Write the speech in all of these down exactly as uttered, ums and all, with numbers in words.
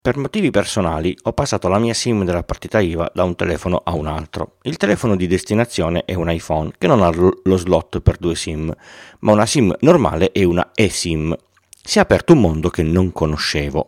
Per motivi personali ho passato la mia SIM della partita I V A da un telefono a un altro. Il telefono di destinazione è un iPhone che non ha lo slot per due SIM, ma una SIM normale e una eSIM. Si è aperto un mondo che non conoscevo.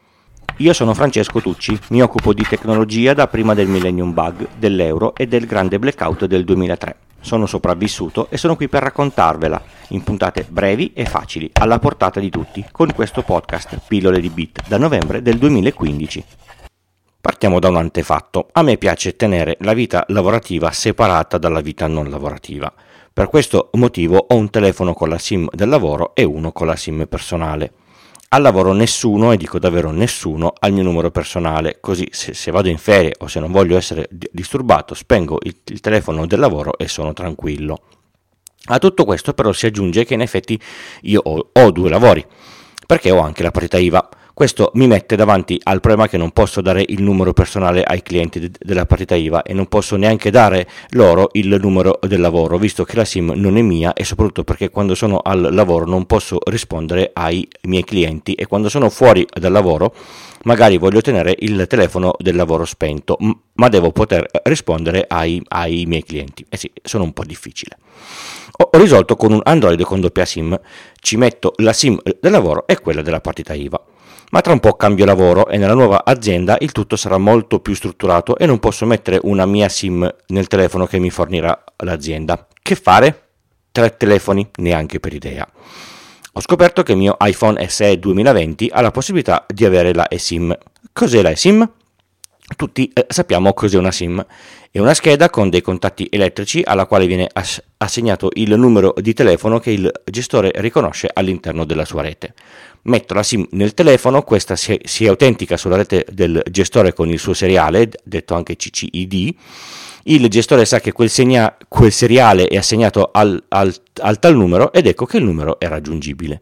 Io sono Francesco Tucci, mi occupo di tecnologia da prima del Millennium Bug, dell'euro e del grande blackout del duemilatré. Sono sopravvissuto e sono qui per raccontarvela, in puntate brevi e facili, alla portata di tutti, con questo podcast Pillole di Bit da novembre del duemilaquindici. Partiamo da un antefatto. A me piace tenere la vita lavorativa separata dalla vita non lavorativa. Per questo motivo ho un telefono con la SIM del lavoro e uno con la SIM personale. Al lavoro nessuno, e dico davvero nessuno, ha il mio numero personale, così se, se vado in ferie o se non voglio essere disturbato spengo il, il telefono del lavoro e sono tranquillo. A tutto questo però si aggiunge che in effetti io ho, ho due lavori, perché ho anche la partita I V A. Questo mi mette davanti al problema che non posso dare il numero personale ai clienti de- della partita I V A e non posso neanche dare loro il numero del lavoro, visto che la SIM non è mia e soprattutto perché quando sono al lavoro non posso rispondere ai miei clienti e quando sono fuori dal lavoro magari voglio tenere il telefono del lavoro spento, m- ma devo poter rispondere ai, ai miei clienti. Eh sì, sono un po' difficile. Ho, ho risolto con un Android con doppia SIM, ci metto la SIM del lavoro e quella della partita I V A. Ma tra un po' cambio lavoro e nella nuova azienda il tutto sarà molto più strutturato e non posso mettere una mia SIM nel telefono che mi fornirà l'azienda. Che fare? Tre telefoni? Neanche per idea. Ho scoperto che il mio iPhone S E duemilaventi ha la possibilità di avere la eSIM. Cos'è la eSIM? Tutti eh, sappiamo cos'è una SIM. È una scheda con dei contatti elettrici alla quale viene ass- assegnato il numero di telefono che il gestore riconosce all'interno della sua rete. Metto la SIM nel telefono, questa si, si autentica sulla rete del gestore con il suo seriale, detto anche C C I D. Il gestore sa che quel, segna, quel seriale è assegnato al, al, al tal numero ed ecco che il numero è raggiungibile.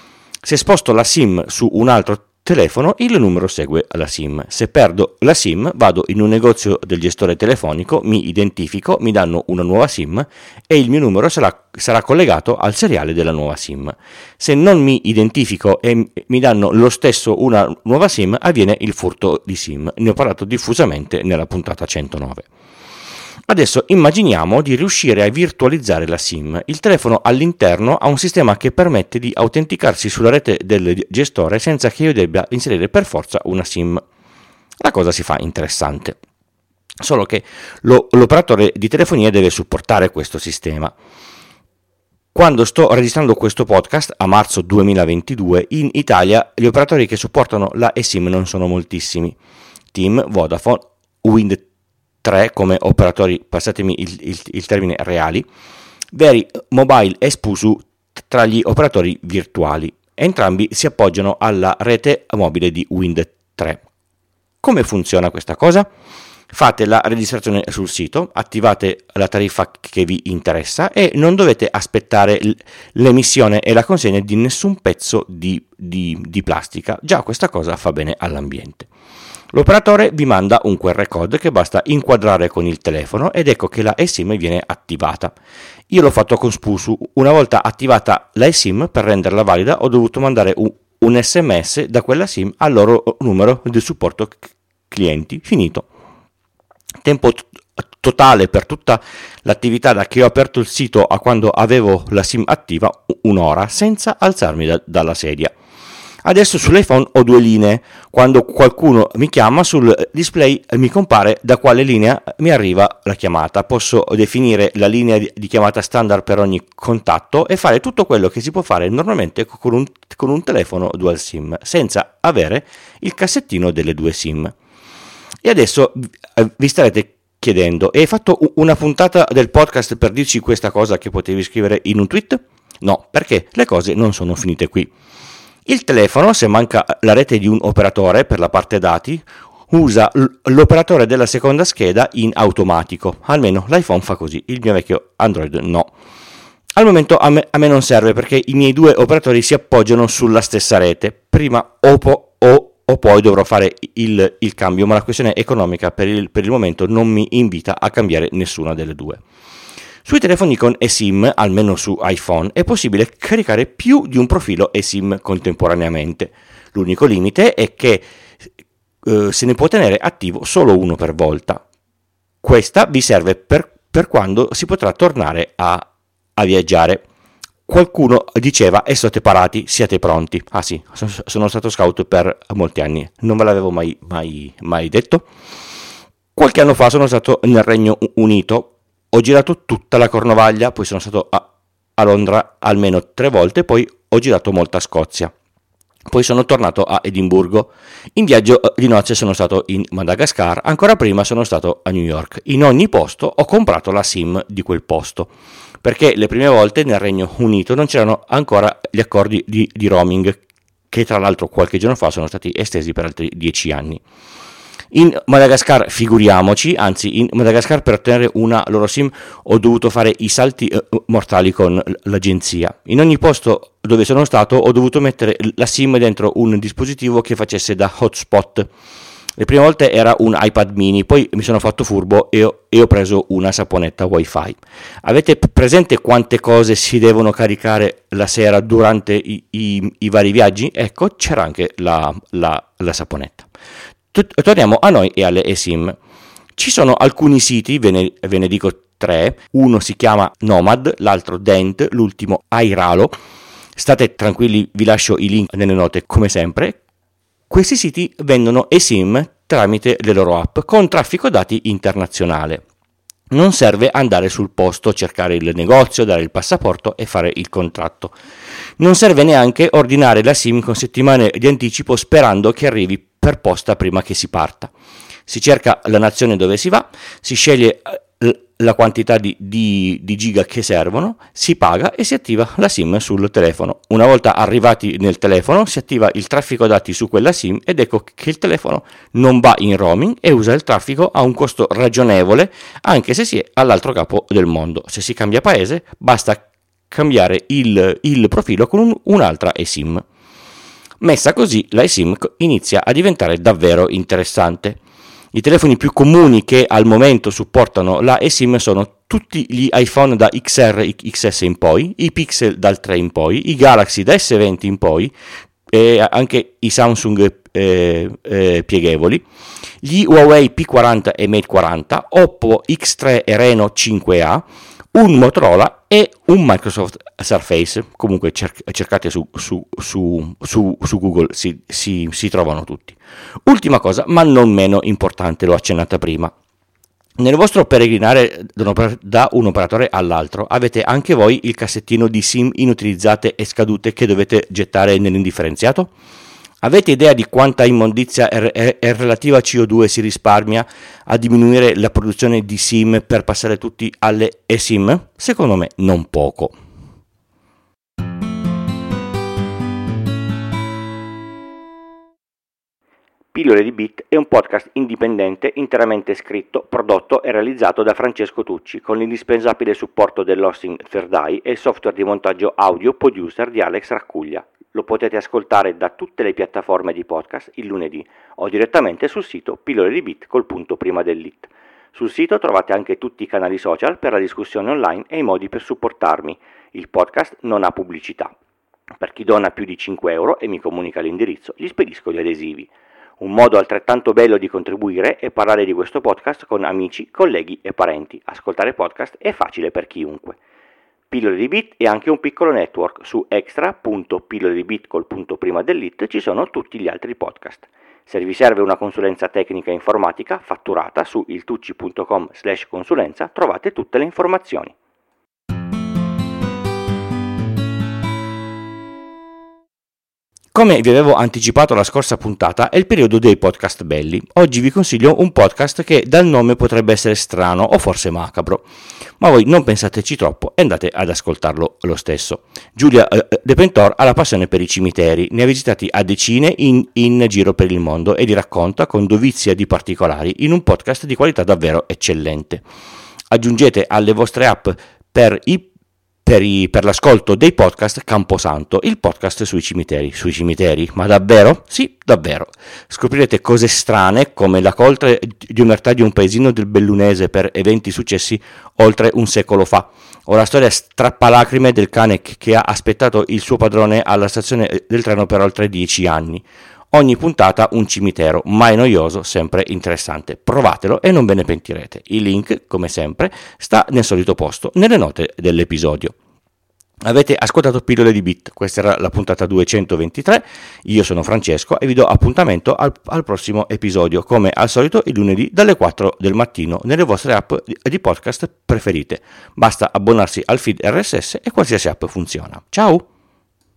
Se sposto la SIM su un altro telefono, il numero segue la SIM. Se perdo la SIM, vado in un negozio del gestore telefonico, mi identifico, mi danno una nuova SIM e il mio numero sarà, sarà collegato al seriale della nuova SIM. Se non mi identifico e mi danno lo stesso una nuova SIM, avviene il furto di SIM. Ne ho parlato diffusamente nella puntata centonove. Adesso immaginiamo di riuscire a virtualizzare la SIM. Il telefono all'interno ha un sistema che permette di autenticarsi sulla rete del gestore senza che io debba inserire per forza una SIM. La cosa si fa interessante, solo che lo, l'operatore di telefonia deve supportare questo sistema. Quando sto registrando questo podcast, a marzo duemilaventidue, in Italia gli operatori che supportano la eSIM non sono moltissimi. TIM, Vodafone, Wind tre come operatori, passatemi il, il, il termine, reali, Very Mobile e Spusu tra gli operatori virtuali. Entrambi si appoggiano alla rete mobile di Wind tre. Come funziona questa cosa? Fate la registrazione sul sito, attivate la tariffa che vi interessa e non dovete aspettare l'emissione e la consegna di nessun pezzo di, di, di plastica. Già questa cosa fa bene all'ambiente. L'operatore vi manda un Q R code che basta inquadrare con il telefono ed ecco che la eSIM viene attivata. Io l'ho fatto con Spusu. Una volta attivata la eSIM, per renderla valida ho dovuto mandare un, un S M S da quella SIM al loro numero di supporto clienti. Finito. Tempo t- totale per tutta l'attività da che ho aperto il sito a quando avevo la SIM attiva, un'ora, senza alzarmi da, dalla sedia. Adesso sull'iPhone ho due linee. Quando qualcuno mi chiama, sul display mi compare da quale linea mi arriva la chiamata. Posso definire la linea di chiamata standard per ogni contatto e fare tutto quello che si può fare normalmente con un, con un telefono dual SIM, senza avere il cassettino delle due SIM. E adesso vi starete chiedendo: hai fatto una puntata del podcast per dirci questa cosa che potevi scrivere in un tweet? No, perché le cose non sono finite qui. Il telefono, se manca la rete di un operatore per la parte dati, usa l'operatore della seconda scheda in automatico. Almeno l'iPhone fa così, il mio vecchio Android no. Al momento a me, a me non serve perché i miei due operatori si appoggiano sulla stessa rete. Prima o, po- o, o poi dovrò fare il, il cambio, ma la questione economica per il, per il momento non mi invita a cambiare nessuna delle due. Sui telefoni con eSIM, almeno su iPhone, è possibile caricare più di un profilo eSIM contemporaneamente. L'unico limite è che eh, se ne può tenere attivo solo uno per volta. Questa vi serve per, per quando si potrà tornare a, a viaggiare. Qualcuno diceva: e state parati, siate pronti. Ah sì, sono stato scout per molti anni, non ve l'avevo mai, mai, mai detto. Qualche anno fa sono stato nel Regno Unito, ho girato tutta la Cornovaglia, poi sono stato a, a Londra almeno tre volte, poi ho girato molta Scozia. Poi sono tornato a Edimburgo. In viaggio di nozze sono stato in Madagascar, ancora prima sono stato a New York. In ogni posto ho comprato la SIM di quel posto, perché le prime volte nel Regno Unito non c'erano ancora gli accordi di, di roaming, che tra l'altro qualche giorno fa sono stati estesi per altri dieci anni. In Madagascar figuriamoci, anzi in Madagascar per ottenere una loro SIM ho dovuto fare i salti eh, mortali con l'agenzia. In ogni posto dove sono stato ho dovuto mettere la SIM dentro un dispositivo che facesse da hotspot. Le prime volte era un iPad mini, poi mi sono fatto furbo e ho, e ho preso una saponetta wifi. Avete presente quante cose si devono caricare la sera durante i, i, i vari viaggi? Ecco, c'era anche la, la, la saponetta. Torniamo a noi e alle eSIM. Ci sono alcuni siti, ve ne, ve ne dico tre, uno si chiama Nomad, l'altro Dent, l'ultimo Airalo. State tranquilli, vi lascio i link nelle note come sempre. Questi siti vendono eSIM tramite le loro app con traffico dati internazionale. Non serve andare sul posto, cercare il negozio, dare il passaporto e fare il contratto. Non serve neanche ordinare la SIM con settimane di anticipo sperando che arrivi per posta prima che si parta. Si cerca la nazione dove si va, si sceglie la quantità di, di, di giga che servono, si paga e si attiva la SIM sul telefono. Una volta arrivati nel telefono si attiva il traffico dati su quella SIM ed ecco che il telefono non va in roaming e usa il traffico a un costo ragionevole anche se si è all'altro capo del mondo. Se si cambia paese basta cambiare il, il profilo con un, un'altra eSIM. Messa così la eSIM inizia a diventare davvero interessante. I telefoni più comuni che al momento supportano la eSIM sono tutti gli iPhone da X R, X S in poi, i Pixel dal tre in poi, i Galaxy da S venti in poi, e anche i Samsung eh, eh, pieghevoli, gli Huawei P quaranta e Mate quaranta, Oppo X tre e Reno cinque A, un Motorola e un Microsoft Surface. Comunque cer- cercate su, su, su, su, su Google, si, si, si trovano tutti. Ultima cosa, ma non meno importante, l'ho accennata prima. Nel vostro peregrinare da un operatore all'altro avete anche voi il cassettino di SIM inutilizzate e scadute che dovete gettare nell'indifferenziato? Avete idea di quanta immondizia e relativa C O due si risparmia a diminuire la produzione di SIM per passare tutti alle eSIM? Secondo me non poco. Pillole di Bit è un podcast indipendente interamente scritto, prodotto e realizzato da Francesco Tucci con l'indispensabile supporto dell'hosting Third Eye e il software di montaggio audio Producer di Alex Raccuglia. Lo potete ascoltare da tutte le piattaforme di podcast il lunedì o direttamente sul sito Pillole di Bit col punto prima dell'it. Sul sito trovate anche tutti i canali social per la discussione online e i modi per supportarmi. Il podcast non ha pubblicità. Per chi dona più di cinque euro e mi comunica l'indirizzo, gli spedisco gli adesivi. Un modo altrettanto bello di contribuire è parlare di questo podcast con amici, colleghi e parenti. Ascoltare podcast è facile per chiunque. Pillole di Bit è anche un piccolo network. Su extra punto pillole di bit col punto prima dell'it ci sono tutti gli altri podcast. Se vi serve una consulenza tecnica e informatica fatturata su iltucci punto com slash consulenza trovate tutte le informazioni. Come vi avevo anticipato la scorsa puntata, è il periodo dei podcast belli. Oggi vi consiglio un podcast che dal nome potrebbe essere strano o forse macabro, ma voi non pensateci troppo e andate ad ascoltarlo lo stesso. Giulia eh, De Pentor ha la passione per i cimiteri, ne ha visitati a decine in, in giro per il mondo e li racconta con dovizia di particolari in un podcast di qualità davvero eccellente. Aggiungete alle vostre app per i Per, i, per l'ascolto dei podcast Camposanto, il podcast sui cimiteri. Sui cimiteri? Ma davvero? Sì, davvero. Scoprirete cose strane come la coltre di omertà di un paesino del Bellunese per eventi successi oltre un secolo fa, o la storia strappalacrime del cane che ha aspettato il suo padrone alla stazione del treno per oltre dieci anni, Ogni puntata un cimitero, mai noioso, sempre interessante. Provatelo e non ve ne pentirete. Il link, come sempre, sta nel solito posto, nelle note dell'episodio. Avete ascoltato Pillole di Bit, questa era la puntata duecentoventitré, io sono Francesco e vi do appuntamento al, al prossimo episodio, come al solito il lunedì dalle quattro del mattino nelle vostre app di, di podcast preferite. Basta abbonarsi al feed R S S e qualsiasi app funziona. Ciao!